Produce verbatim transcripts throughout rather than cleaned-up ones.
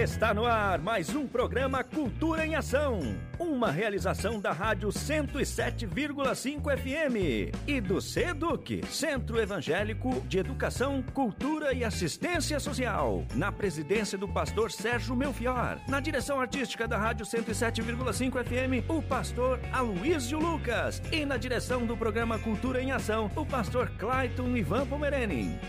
Está no ar mais um programa Cultura em Ação, uma realização da Rádio cento e sete vírgula cinco F M e do CEDUC, Centro Evangélico de Educação, Cultura e Assistência Social, na presidência do pastor Sérgio Melfior, na direção artística da Rádio cento e sete vírgula cinco F M, o pastor Aloísio Lucas, e na direção do programa Cultura em Ação, o pastor Clayton Ivan Pomereni.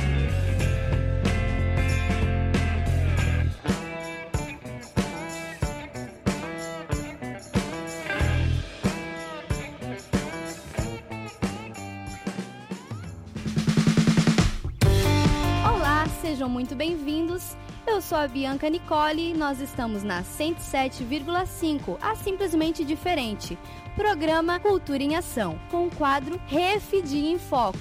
Sejam muito bem-vindos, eu sou a Bianca Nicole e nós estamos na cento e sete vírgula cinco, a Simplesmente Diferente, programa Cultura em Ação, com o quadro Refidi em Foco.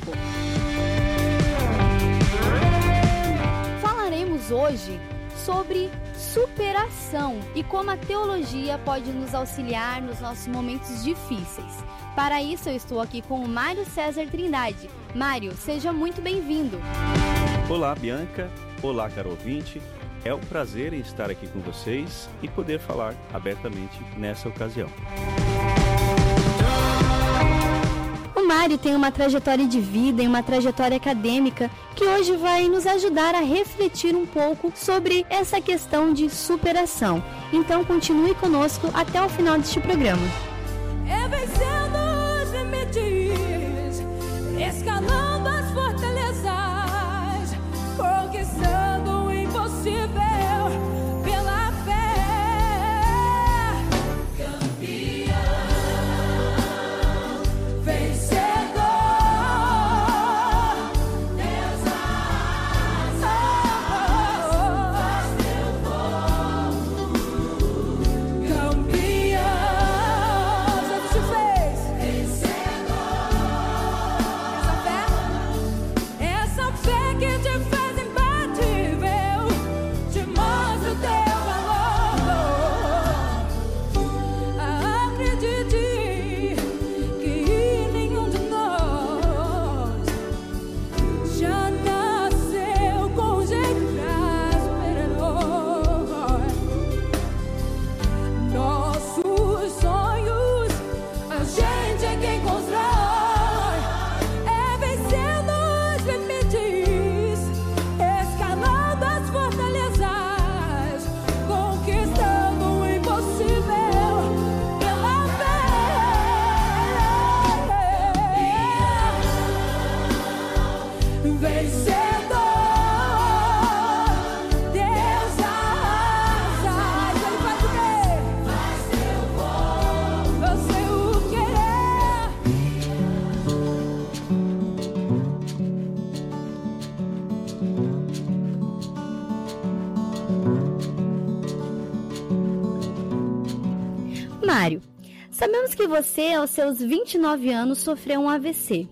Falaremos hoje sobre superação e como a teologia pode nos auxiliar nos nossos momentos difíceis. Para isso, eu estou aqui com o Mário César Trindade. Mário, seja muito bem-vindo. Olá, Bianca. Olá, caro ouvinte. É um prazer em estar aqui com vocês e poder falar abertamente nessa ocasião. O Mário tem uma trajetória de vida e uma trajetória acadêmica que hoje vai nos ajudar a refletir um pouco sobre essa questão de superação. Então, continue conosco até o final deste programa. É vencendo os limites, escalando as fortalezas, conquistando o impossível pela fé. Campeão, vencedor, Deus faz teu povo. Campeão, Jesus te fez vencedor. Essa fé, essa fé que te fez Mário, sabemos que você, aos seus vinte e nove anos, sofreu um A V C.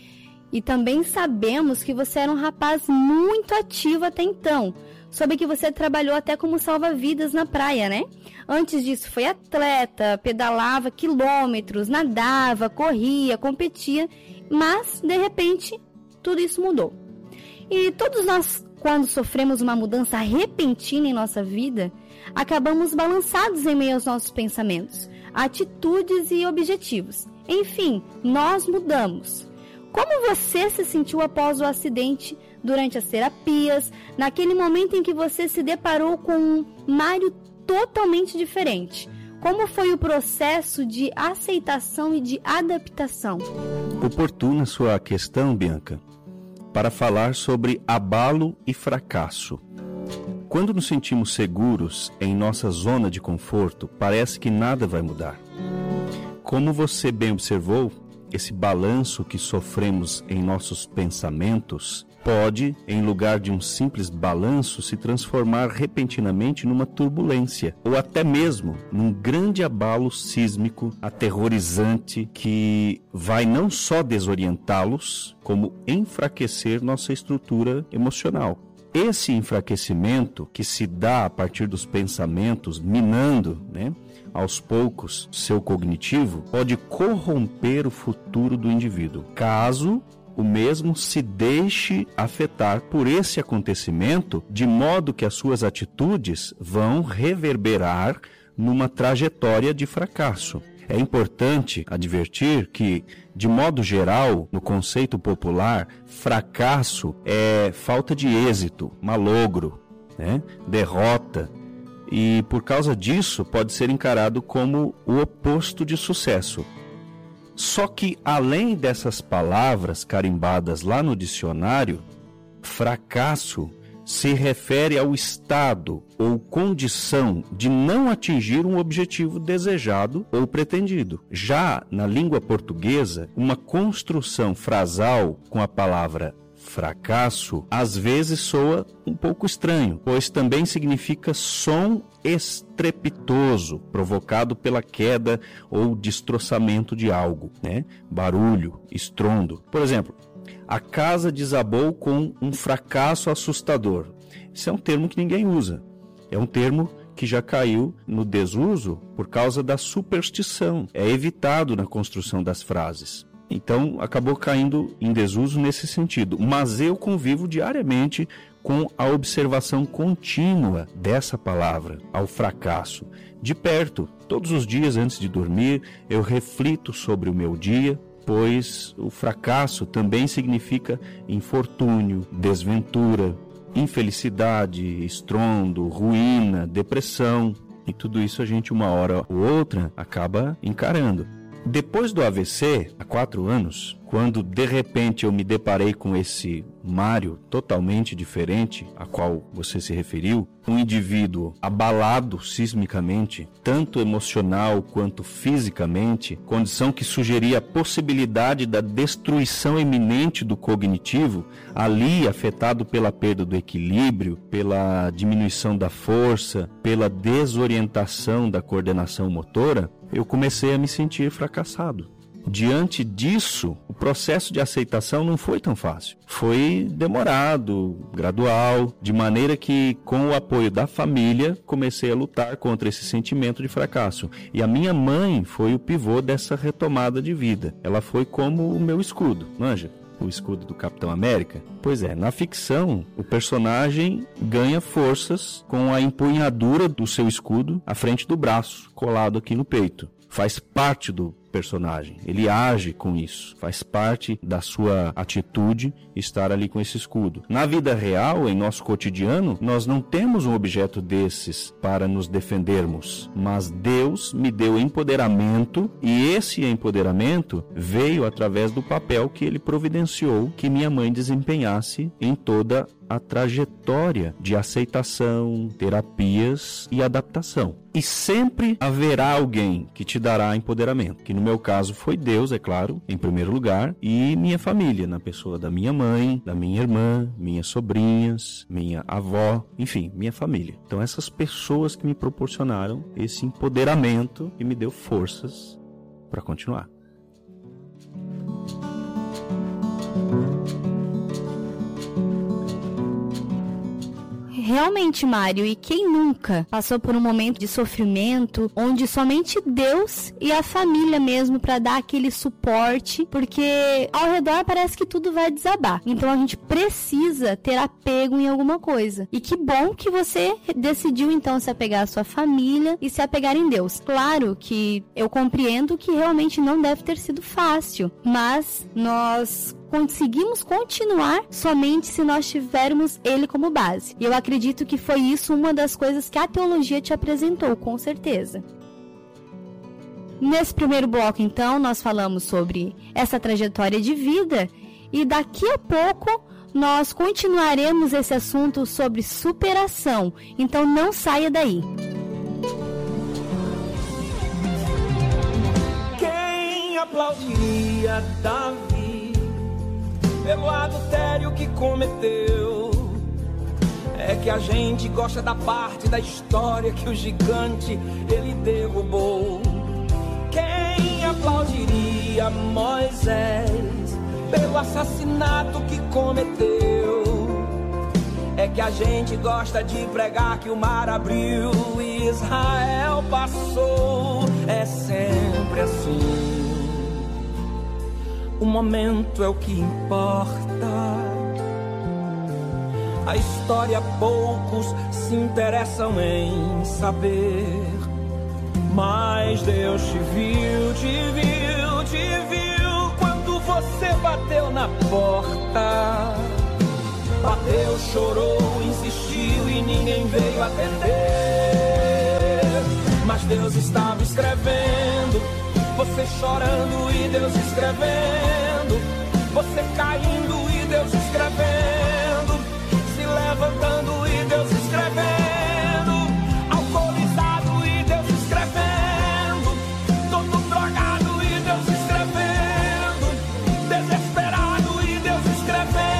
E também sabemos que você era um rapaz muito ativo até então. Soube que você trabalhou até como salva-vidas na praia, né? Antes disso, foi atleta, pedalava quilômetros, nadava, corria, competia. Mas, de repente, tudo isso mudou. E todos nós, quando sofremos uma mudança repentina em nossa vida, acabamos balançados em meio aos nossos pensamentos, atitudes e objetivos. Enfim, nós mudamos. Como você se sentiu após o acidente, durante as terapias, naquele momento em que você se deparou com um Mário totalmente diferente? Como foi o processo de aceitação e de adaptação? Oportuna sua questão, Bianca, para falar sobre abalo e fracasso. Quando nos sentimos seguros em nossa zona de conforto, parece que nada vai mudar. Como você bem observou, esse balanço que sofremos em nossos pensamentos pode, em lugar de um simples balanço, se transformar repentinamente numa turbulência, ou até mesmo num grande abalo sísmico aterrorizante que vai não só desorientá-los, como enfraquecer nossa estrutura emocional. Esse enfraquecimento que se dá a partir dos pensamentos, minando, né, aos poucos seu cognitivo, pode corromper o futuro do indivíduo, caso o mesmo se deixe afetar por esse acontecimento, de modo que as suas atitudes vão reverberar numa trajetória de fracasso. É importante advertir que, de modo geral, no conceito popular, fracasso é falta de êxito, malogro, né? Derrota, e por causa disso pode ser encarado como o oposto de sucesso. Só que, além dessas palavras carimbadas lá no dicionário, fracasso se refere ao estado ou condição de não atingir um objetivo desejado ou pretendido. Já na língua portuguesa, uma construção frasal com a palavra fracasso às vezes soa um pouco estranho, pois também significa som estrepitoso provocado pela queda ou destroçamento de algo, né? Barulho, estrondo. Por exemplo, a casa desabou com um fracasso assustador. Isso é um termo que ninguém usa. É um termo que já caiu no desuso por causa da superstição. É evitado na construção das frases. Então, acabou caindo em desuso nesse sentido. Mas eu convivo diariamente com a observação contínua dessa palavra, ao fracasso. De perto, todos os dias antes de dormir, eu reflito sobre o meu dia, pois o fracasso também significa infortúnio, desventura, infelicidade, estrondo, ruína, depressão. E tudo isso a gente, uma hora ou outra, acaba encarando. Depois do A V C, há quatro anos, quando de repente eu me deparei com esse Mário totalmente diferente, a qual você se referiu, um indivíduo abalado sismicamente, tanto emocional quanto fisicamente, condição que sugeria a possibilidade da destruição iminente do cognitivo, ali afetado pela perda do equilíbrio, pela diminuição da força, pela desorientação da coordenação motora, eu comecei a me sentir fracassado. Diante disso, o processo de aceitação não foi tão fácil. Foi demorado, gradual, de maneira que, com o apoio da família, comecei a lutar contra esse sentimento de fracasso. E a minha mãe foi o pivô dessa retomada de vida. Ela foi como o meu escudo, manja? O escudo do Capitão América? Pois é, na ficção, o personagem ganha forças com a empunhadura do seu escudo à frente do braço, colado aqui no peito. Faz parte do personagem, ele age com isso, faz parte da sua atitude estar ali com esse escudo. Na vida real, em nosso cotidiano, nós não temos um objeto desses para nos defendermos, mas Deus me deu empoderamento, e esse empoderamento veio através do papel que ele providenciou que minha mãe desempenhasse em toda a trajetória de aceitação, terapias e adaptação. E sempre haverá alguém que te dará empoderamento, que no meu caso foi Deus, é claro, em primeiro lugar, e minha família, na pessoa da minha mãe, da minha irmã, minhas sobrinhas, minha avó, enfim, minha família. Então essas pessoas que me proporcionaram esse empoderamento e me deu forças para continuar. Realmente, Mário, e quem nunca passou por um momento de sofrimento onde somente Deus e a família mesmo para dar aquele suporte, porque ao redor parece que tudo vai desabar. Então a gente precisa ter apego em alguma coisa. E que bom que você decidiu então se apegar à sua família e se apegar em Deus. Claro que eu compreendo que realmente não deve ter sido fácil, mas nós conseguimos continuar somente se nós tivermos ele como base. E eu acredito que foi isso uma das coisas que a teologia te apresentou, com certeza. Nesse primeiro bloco, então, nós falamos sobre essa trajetória de vida e daqui a pouco nós continuaremos esse assunto sobre superação. Então não saia daí. Quem aplaudiria Davi pelo adultério que cometeu? É que a gente gosta da parte da história que o gigante ele derrubou. Quem aplaudiria Moisés pelo assassinato que cometeu? É que a gente gosta de pregar que o mar abriu e Israel passou. É sempre assim. o momento é o que importa. A história poucos se interessam em saber, mas Deus te viu, te viu, te viu quando você bateu na porta. Bateu, chorou, insistiu e ninguém veio atender. Mas Deus estava escrevendo, você chorando e Deus escrevendo, você caindo e Deus escrevendo, se levantando e Deus escrevendo, alcoolizado e Deus escrevendo, todo drogado e Deus escrevendo, desesperado e Deus escrevendo.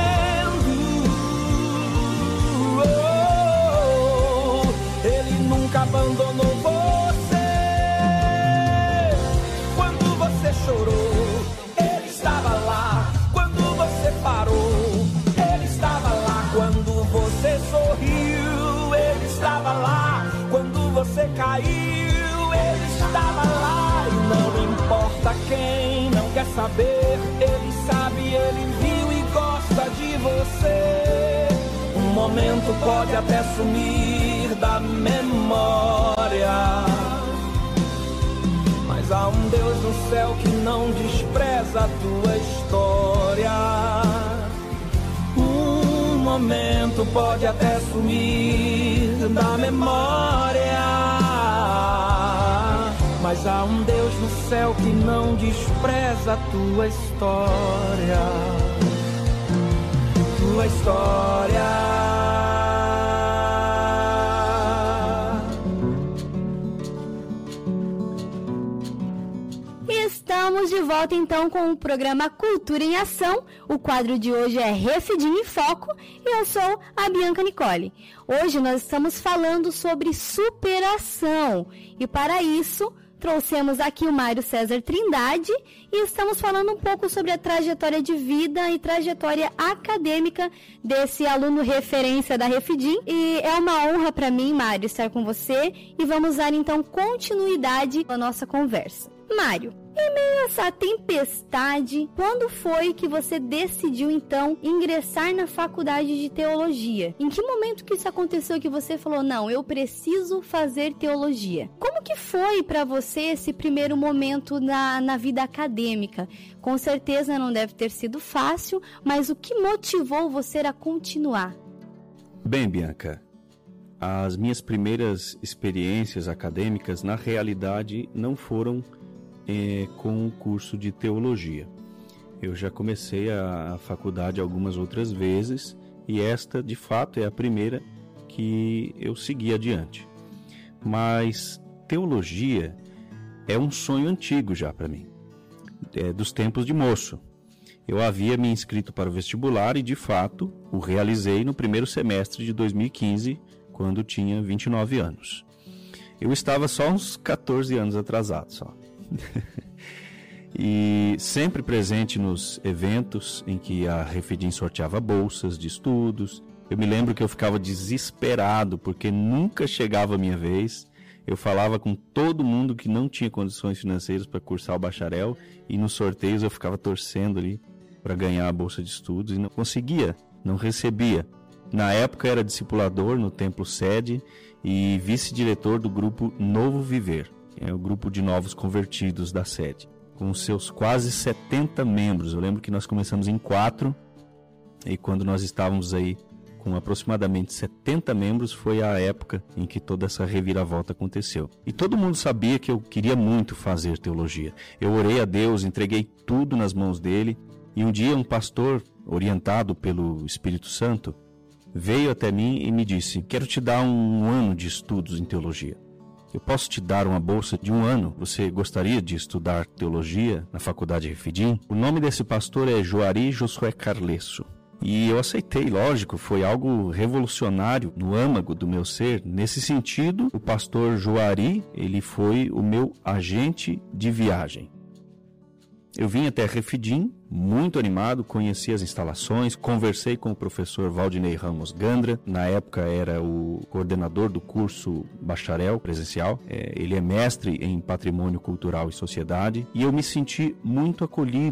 Nunca abandonou você. Quando você chorou, Ele estava lá. Quando você parou, Ele estava lá. Quando você sorriu, Ele estava lá. Quando você caiu, Ele estava lá. E não importa quem não quer saber, Ele sabe, Ele viu e gosta de você. Um momento pode até sumir da memória, mas há um Deus no céu que não despreza a tua história. Um momento pode até sumir da memória, mas há um Deus no céu que não despreza a tua história. Tua história. Estamos de volta então com o programa Cultura em Ação. O quadro de hoje é Refidim em Foco e eu sou a Bianca Nicole. Hoje nós estamos falando sobre superação e para isso trouxemos aqui o Mário César Trindade e estamos falando um pouco sobre a trajetória de vida e trajetória acadêmica desse aluno referência da Refidim. E é uma honra para mim, Mário, estar com você e vamos dar então continuidade à nossa conversa. Mário, em meio a essa tempestade, quando foi que você decidiu então ingressar na faculdade de teologia? Em que momento que isso aconteceu que você falou, não, eu preciso fazer teologia? Como que foi para você esse primeiro momento na, na vida acadêmica? Com certeza não deve ter sido fácil, mas o que motivou você a continuar? Bem, Bianca, as minhas primeiras experiências acadêmicas, na realidade, não foram É, com o curso de teologia. Eu já comecei a, a faculdade algumas outras vezes e esta, de fato, é a primeira que eu segui adiante. Mas teologia é um sonho antigo já para mim, é dos tempos de moço. Eu havia me inscrito para o vestibular e, de fato, o realizei no primeiro semestre de dois mil e quinze, quando tinha vinte e nove anos. Eu estava só uns catorze anos atrasado, só. E sempre presente nos eventos em que a Refidim sorteava bolsas de estudos. Eu me lembro que eu ficava desesperado porque nunca chegava a minha vez. Eu falava com todo mundo que não tinha condições financeiras para cursar o bacharel e nos sorteios eu ficava torcendo ali para ganhar a bolsa de estudos e não conseguia, não recebia. Na época era discipulador no Templo Sede e vice-diretor do grupo Novo Viver. É o grupo de novos convertidos da sede, com seus quase setenta membros. Eu lembro que nós começamos em quatro, e quando nós estávamos aí com aproximadamente setenta membros, foi a época em que toda essa reviravolta aconteceu. E todo mundo sabia que eu queria muito fazer teologia. Eu orei a Deus, entreguei tudo nas mãos dele, e um dia um pastor, orientado pelo Espírito Santo, veio até mim e me disse, quero te dar um ano de estudos em teologia. Eu posso te dar uma bolsa de um ano? Você gostaria de estudar teologia na faculdade Refidim? O nome desse pastor é Joari Josué Carlesso. E eu aceitei, lógico, foi algo revolucionário no âmago do meu ser. Nesse sentido, o pastor Joari, ele foi o meu agente de viagem. Eu vim até Refidim, muito animado, conheci as instalações, conversei com o professor Valdinei Ramos Gandra, na época era o coordenador do curso bacharel presencial, é, ele é mestre em patrimônio cultural e sociedade, e eu me senti muito acolhido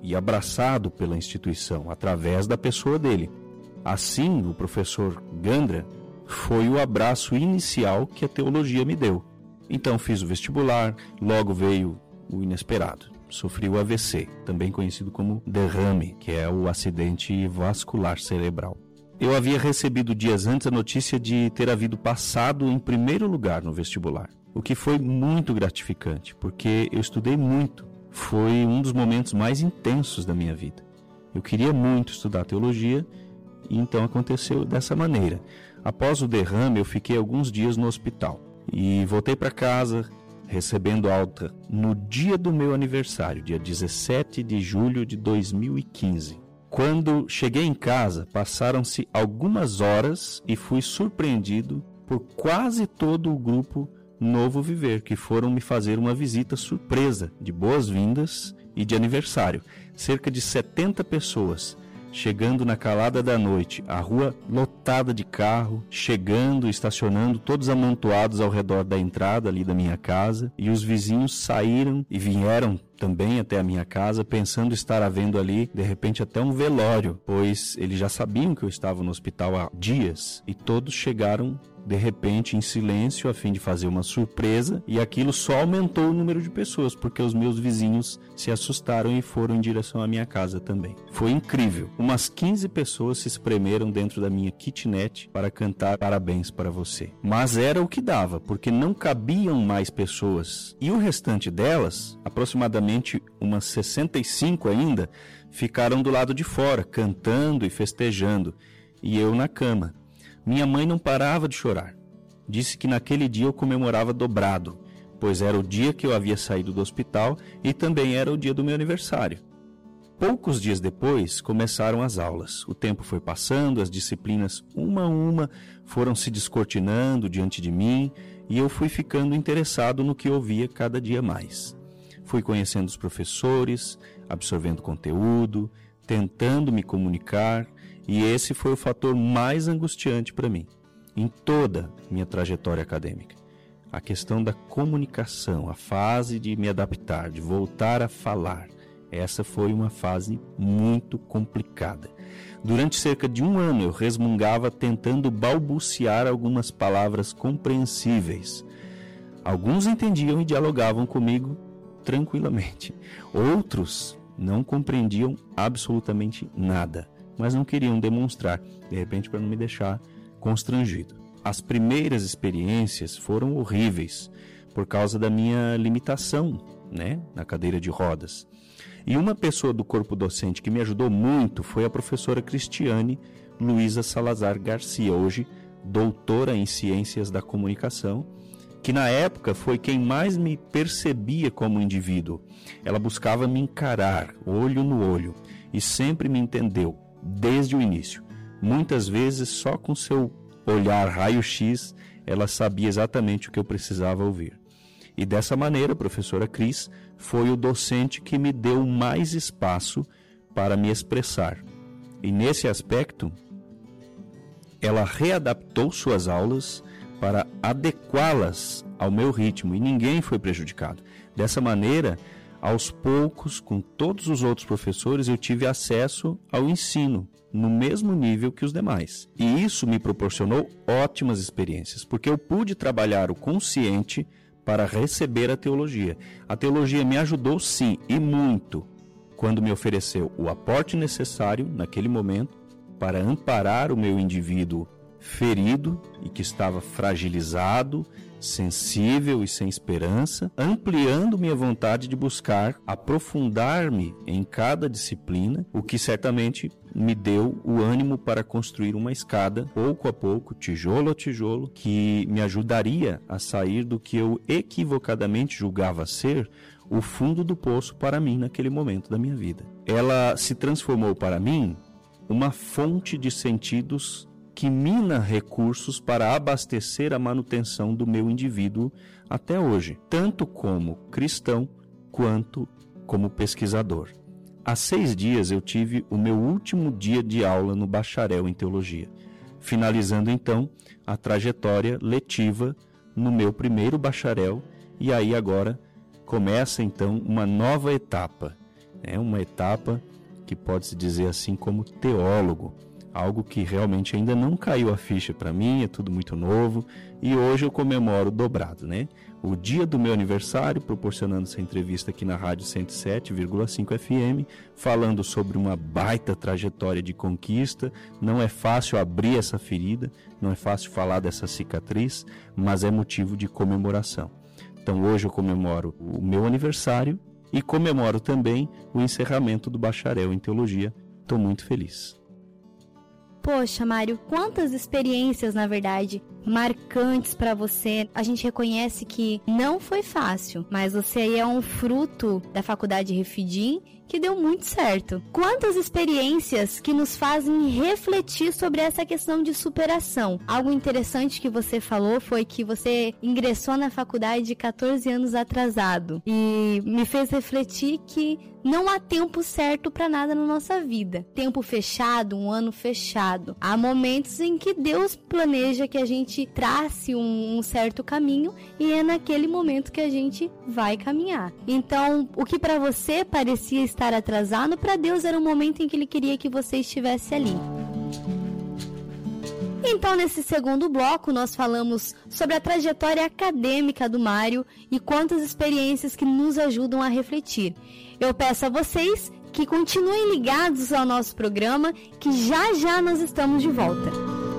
e abraçado pela instituição, através da pessoa dele. Assim, o professor Gandra foi o abraço inicial que a teologia me deu. Então fiz o vestibular, logo veio o inesperado. Sofri o A V C, também conhecido como derrame, que é o acidente vascular cerebral. Eu havia recebido dias antes a notícia de ter havido passado em primeiro lugar no vestibular, o que foi muito gratificante, porque eu estudei muito. Foi um dos momentos mais intensos da minha vida. Eu queria muito estudar teologia, e então aconteceu dessa maneira. Após o derrame, eu fiquei alguns dias no hospital e voltei para casa recebendo alta no dia do meu aniversário, dia dezessete de julho de dois mil e quinze. Quando cheguei em casa, passaram-se algumas horas e fui surpreendido por quase todo o grupo Novo Viver, que foram me fazer uma visita surpresa de boas-vindas e de aniversário. Cerca de setenta pessoas chegando na calada da noite, a rua lotada de carro, chegando, estacionando, todos amontoados ao redor da entrada ali da minha casa, e os vizinhos saíram e vieram também até a minha casa, pensando estar havendo ali, de repente, até um velório, pois eles já sabiam que eu estava no hospital há dias, e todos chegaram de repente em silêncio a fim de fazer uma surpresa, e aquilo só aumentou o número de pessoas, porque os meus vizinhos se assustaram e foram em direção à minha casa também. Foi incrível. Umas quinze pessoas se espremeram dentro da minha kitnet para cantar parabéns para você. Mas era o que dava, porque não cabiam mais pessoas. E o restante delas, aproximadamente umas sessenta e cinco ainda, ficaram do lado de fora, cantando e festejando, e eu na cama. Minha mãe não parava de chorar. Disse que naquele dia eu comemorava dobrado, pois era o dia que eu havia saído do hospital e também era o dia do meu aniversário. Poucos dias depois, começaram as aulas. O tempo foi passando, as disciplinas, uma a uma, foram se descortinando diante de mim e eu fui ficando interessado no que ouvia cada dia mais. Fui conhecendo os professores, absorvendo conteúdo, tentando me comunicar, e esse foi o fator mais angustiante para mim, em toda minha trajetória acadêmica. A questão da comunicação, a fase de me adaptar, de voltar a falar. Essa foi uma fase muito complicada. Durante cerca de um ano eu resmungava tentando balbuciar algumas palavras compreensíveis. Alguns entendiam e dialogavam comigo tranquilamente. Outros não compreendiam absolutamente nada, mas não queriam demonstrar, de repente para não me deixar constrangido. As primeiras experiências foram horríveis, por causa da minha limitação, né, na cadeira de rodas. E uma pessoa do corpo docente que me ajudou muito foi a professora Cristiane Luísa Salazar Garcia, hoje doutora em Ciências da Comunicação, que na época foi quem mais me percebia como indivíduo. Ela buscava me encarar, olho no olho, e sempre me entendeu, desde o início. Muitas vezes, só com seu olhar raio-x, ela sabia exatamente o que eu precisava ouvir. E dessa maneira, a professora Cris foi o docente que me deu mais espaço para me expressar. E nesse aspecto, ela readaptou suas aulas para adequá-las ao meu ritmo, e ninguém foi prejudicado. Dessa maneira, aos poucos, com todos os outros professores, eu tive acesso ao ensino, no mesmo nível que os demais. E isso me proporcionou ótimas experiências, porque eu pude trabalhar o consciente para receber a teologia. A teologia me ajudou, sim, e muito, quando me ofereceu o aporte necessário, naquele momento, para amparar o meu indivíduo ferido e que estava fragilizado, sensível e sem esperança, ampliando minha vontade de buscar aprofundar-me em cada disciplina, o que certamente me deu o ânimo para construir uma escada, pouco a pouco, tijolo a tijolo, que me ajudaria a sair do que eu equivocadamente julgava ser o fundo do poço para mim naquele momento da minha vida. Ela se transformou para mim uma fonte de sentidos que mina recursos para abastecer a manutenção do meu indivíduo até hoje, tanto como cristão quanto como pesquisador. Há seis dias eu tive o meu último dia de aula no bacharel em teologia, finalizando então a trajetória letiva no meu primeiro bacharel, e aí agora começa então uma nova etapa, É uma etapa que pode-se dizer assim como teólogo, algo que realmente ainda não caiu a ficha para mim, é tudo muito novo, e hoje eu comemoro dobrado, né? O dia do meu aniversário, proporcionando essa entrevista aqui na Rádio cento e sete vírgula cinco F M, falando sobre uma baita trajetória de conquista. Não é fácil abrir essa ferida, não é fácil falar dessa cicatriz, mas é motivo de comemoração. Então hoje eu comemoro o meu aniversário e comemoro também o encerramento do bacharel em teologia. Estou muito feliz. Poxa, Mário, quantas experiências, na verdade, marcantes para você. A gente reconhece que não foi fácil, mas você aí é um fruto da faculdade Refidim que deu muito certo. Quantas experiências que nos fazem refletir sobre essa questão de superação. Algo interessante que você falou foi que você ingressou na faculdade catorze anos atrasado e me fez refletir que não há tempo certo para nada na nossa vida. Tempo fechado, um ano fechado. Há momentos em que Deus planeja que a gente trace um, um certo caminho e é naquele momento que a gente vai caminhar. Então, o que para você parecia estar atrasado, para Deus era um momento em que Ele queria que você estivesse ali. Então, nesse segundo bloco, nós falamos sobre a trajetória acadêmica do Mário e quantas experiências que nos ajudam a refletir. Eu peço a vocês que continuem ligados ao nosso programa, que já já nós estamos de volta.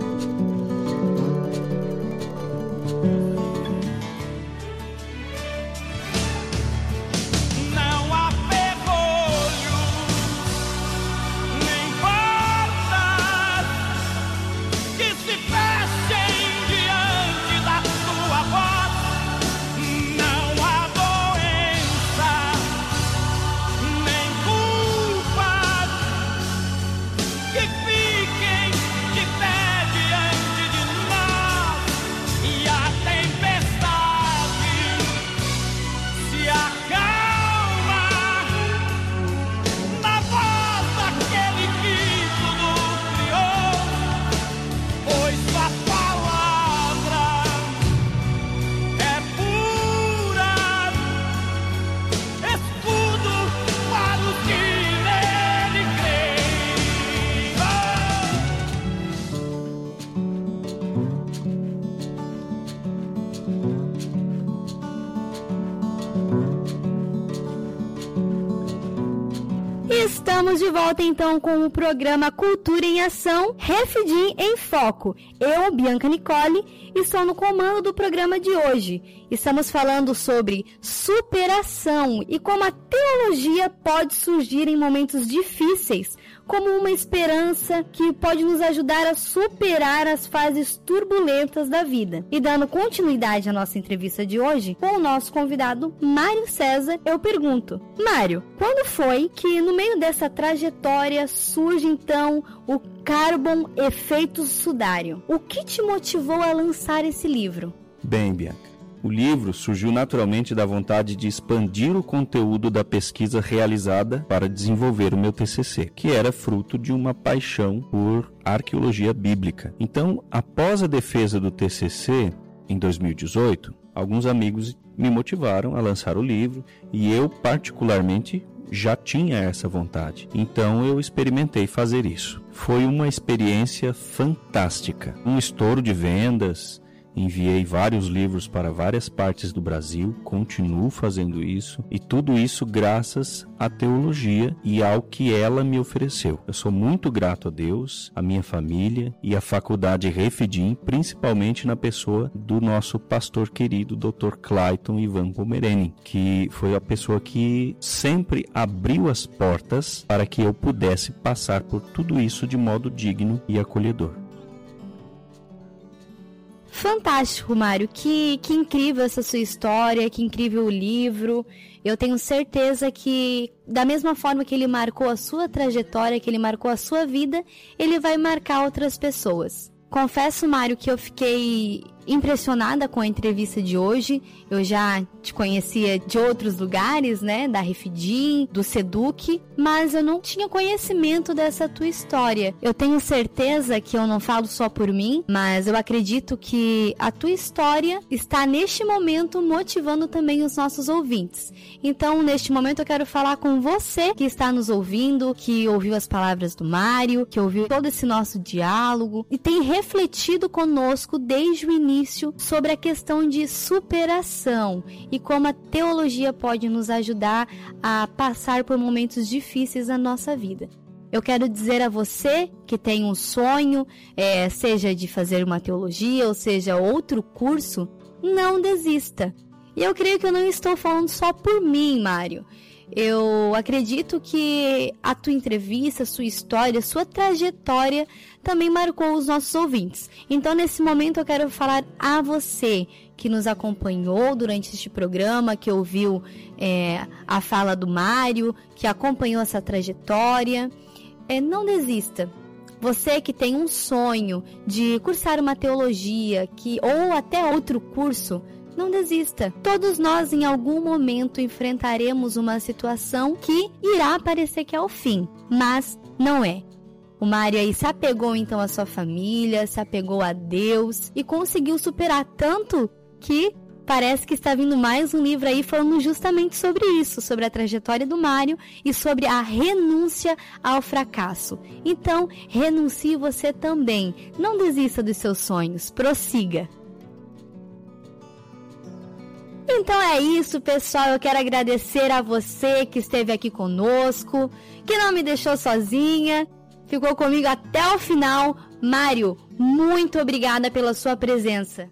Estamos de volta então com o programa Cultura em Ação, Refidim em Foco. Eu, Bianca Nicole, estou no comando do programa de hoje. Estamos falando sobre superação e como a teologia pode surgir em momentos difíceis, como uma esperança que pode nos ajudar a superar as fases turbulentas da vida. E dando continuidade à nossa entrevista de hoje, com o nosso convidado Mário César, eu pergunto: Mário, quando foi que no meio dessa trajetória surge então o Carbon Efeito Sudário? O que te motivou a lançar esse livro? Bem, Bianca, o livro surgiu naturalmente da vontade de expandir o conteúdo da pesquisa realizada para desenvolver o meu T C C, que era fruto de uma paixão por arqueologia bíblica. Então, após a defesa do T C C, em dois mil e dezoito, alguns amigos me motivaram a lançar o livro e eu, particularmente, já tinha essa vontade. Então, eu experimentei fazer isso. Foi uma experiência fantástica. Um estouro de vendas. Enviei vários livros para várias partes do Brasil, continuo fazendo isso, e tudo isso graças à teologia e ao que ela me ofereceu. Eu sou muito grato a Deus, a minha família e à faculdade Refidim, principalmente na pessoa do nosso pastor querido, doutor Clayton Ivan Pomereni, que foi a pessoa que sempre abriu as portas para que eu pudesse passar por tudo isso de modo digno e acolhedor. Fantástico, Mário. Que, que incrível essa sua história, que incrível o livro. Eu tenho certeza que, da mesma forma que ele marcou a sua trajetória, que ele marcou a sua vida, ele vai marcar outras pessoas. Confesso, Mário, que eu fiquei impressionada com a entrevista de hoje. Eu já te conhecia de outros lugares, né? Da Refidim, do Seduc, mas eu não tinha conhecimento dessa tua história. Eu tenho certeza que eu não falo só por mim, mas eu acredito que a tua história está neste momento motivando também os nossos ouvintes. Então, neste momento eu quero falar com você que está nos ouvindo, que ouviu as palavras do Mário, que ouviu todo esse nosso diálogo e tem refletido conosco desde o início sobre a questão de superação e como a teologia pode nos ajudar a passar por momentos difíceis na nossa vida. Eu quero dizer a você que tem um sonho, é, seja de fazer uma teologia ou seja outro curso, não desista. E eu creio que eu não estou falando só por mim, Mário. Eu acredito que a tua entrevista, a sua história, a sua trajetória também marcou os nossos ouvintes. Então, nesse momento, eu quero falar a você que nos acompanhou durante este programa, que ouviu é, a fala do Mário, que acompanhou essa trajetória. É, não desista. Você que tem um sonho de cursar uma teologia que, ou até outro curso, não desista. Todos nós em algum momento enfrentaremos uma situação que irá parecer que é o fim, mas não é. O Mário aí se apegou então à sua família, se apegou a Deus e conseguiu superar tanto que parece que está vindo mais um livro aí falando justamente sobre isso, sobre a trajetória do Mário e sobre a renúncia ao fracasso. Então, renuncie você também. Não desista dos seus sonhos, prossiga. Então é isso, pessoal. Eu quero agradecer a você que esteve aqui conosco, que não me deixou sozinha, ficou comigo até o final. Mário, muito obrigada pela sua presença.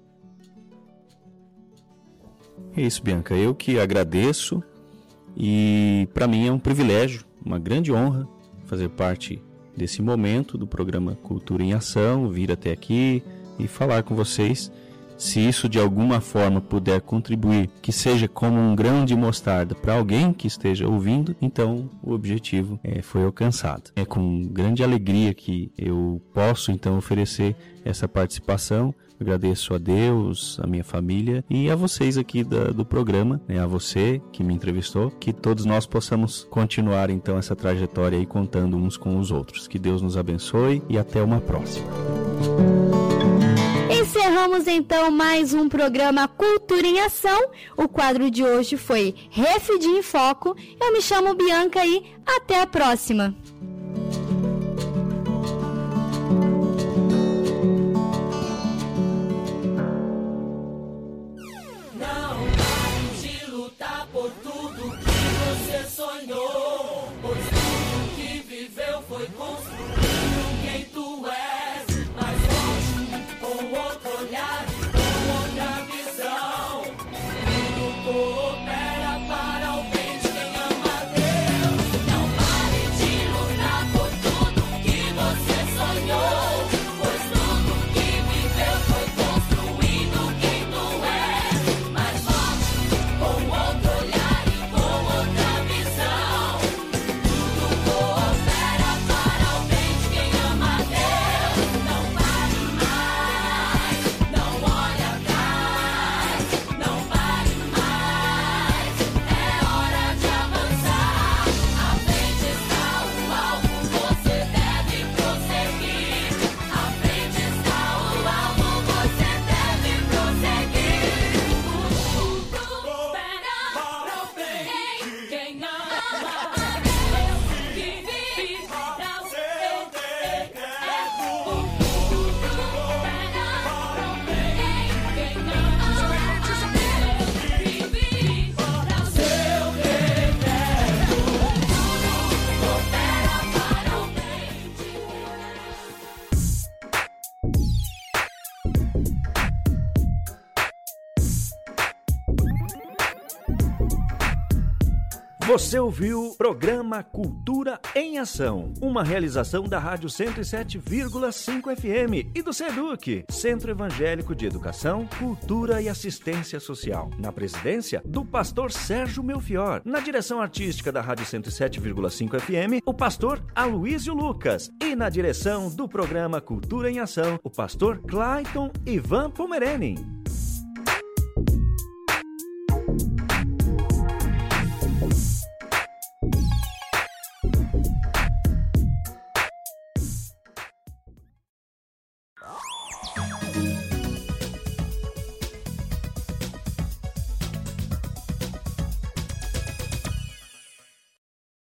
É isso, Bianca. Eu que agradeço e para mim é um privilégio, uma grande honra fazer parte desse momento do programa Cultura em Ação, vir até aqui e falar com vocês. Se isso de alguma forma puder contribuir, que seja como um grão de mostarda para alguém que esteja ouvindo, então o objetivo é, foi alcançado. É com grande alegria que eu posso então oferecer essa participação. Agradeço a Deus, a minha família e a vocês aqui da, do programa, né, a você que me entrevistou, que todos nós possamos continuar então essa trajetória aí contando uns com os outros. Que Deus nos abençoe e até uma próxima. Encerramos então mais um programa Cultura em Ação. O quadro de hoje foi Refidim em Foco. Eu me chamo Bianca e até a próxima. Não pare de lutar por tudo que você sonhou, pois tudo que viveu foi construindo quem tu és. Mas hoje, com outro olhar, com outra visão, tudo coopera para o bem de quem ama a Deus. Não pare de lutar. Você ouviu o programa Cultura em Ação, uma realização da Rádio cento e sete vírgula cinco F M e do SEDUC, Centro Evangélico de Educação, Cultura e Assistência Social. Na presidência, do pastor Sérgio Melfior. Na direção artística da Rádio cento e sete vírgula cinco F M, o pastor Aloísio Lucas. E na direção do programa Cultura em Ação, o pastor Clayton Ivan Pomereni.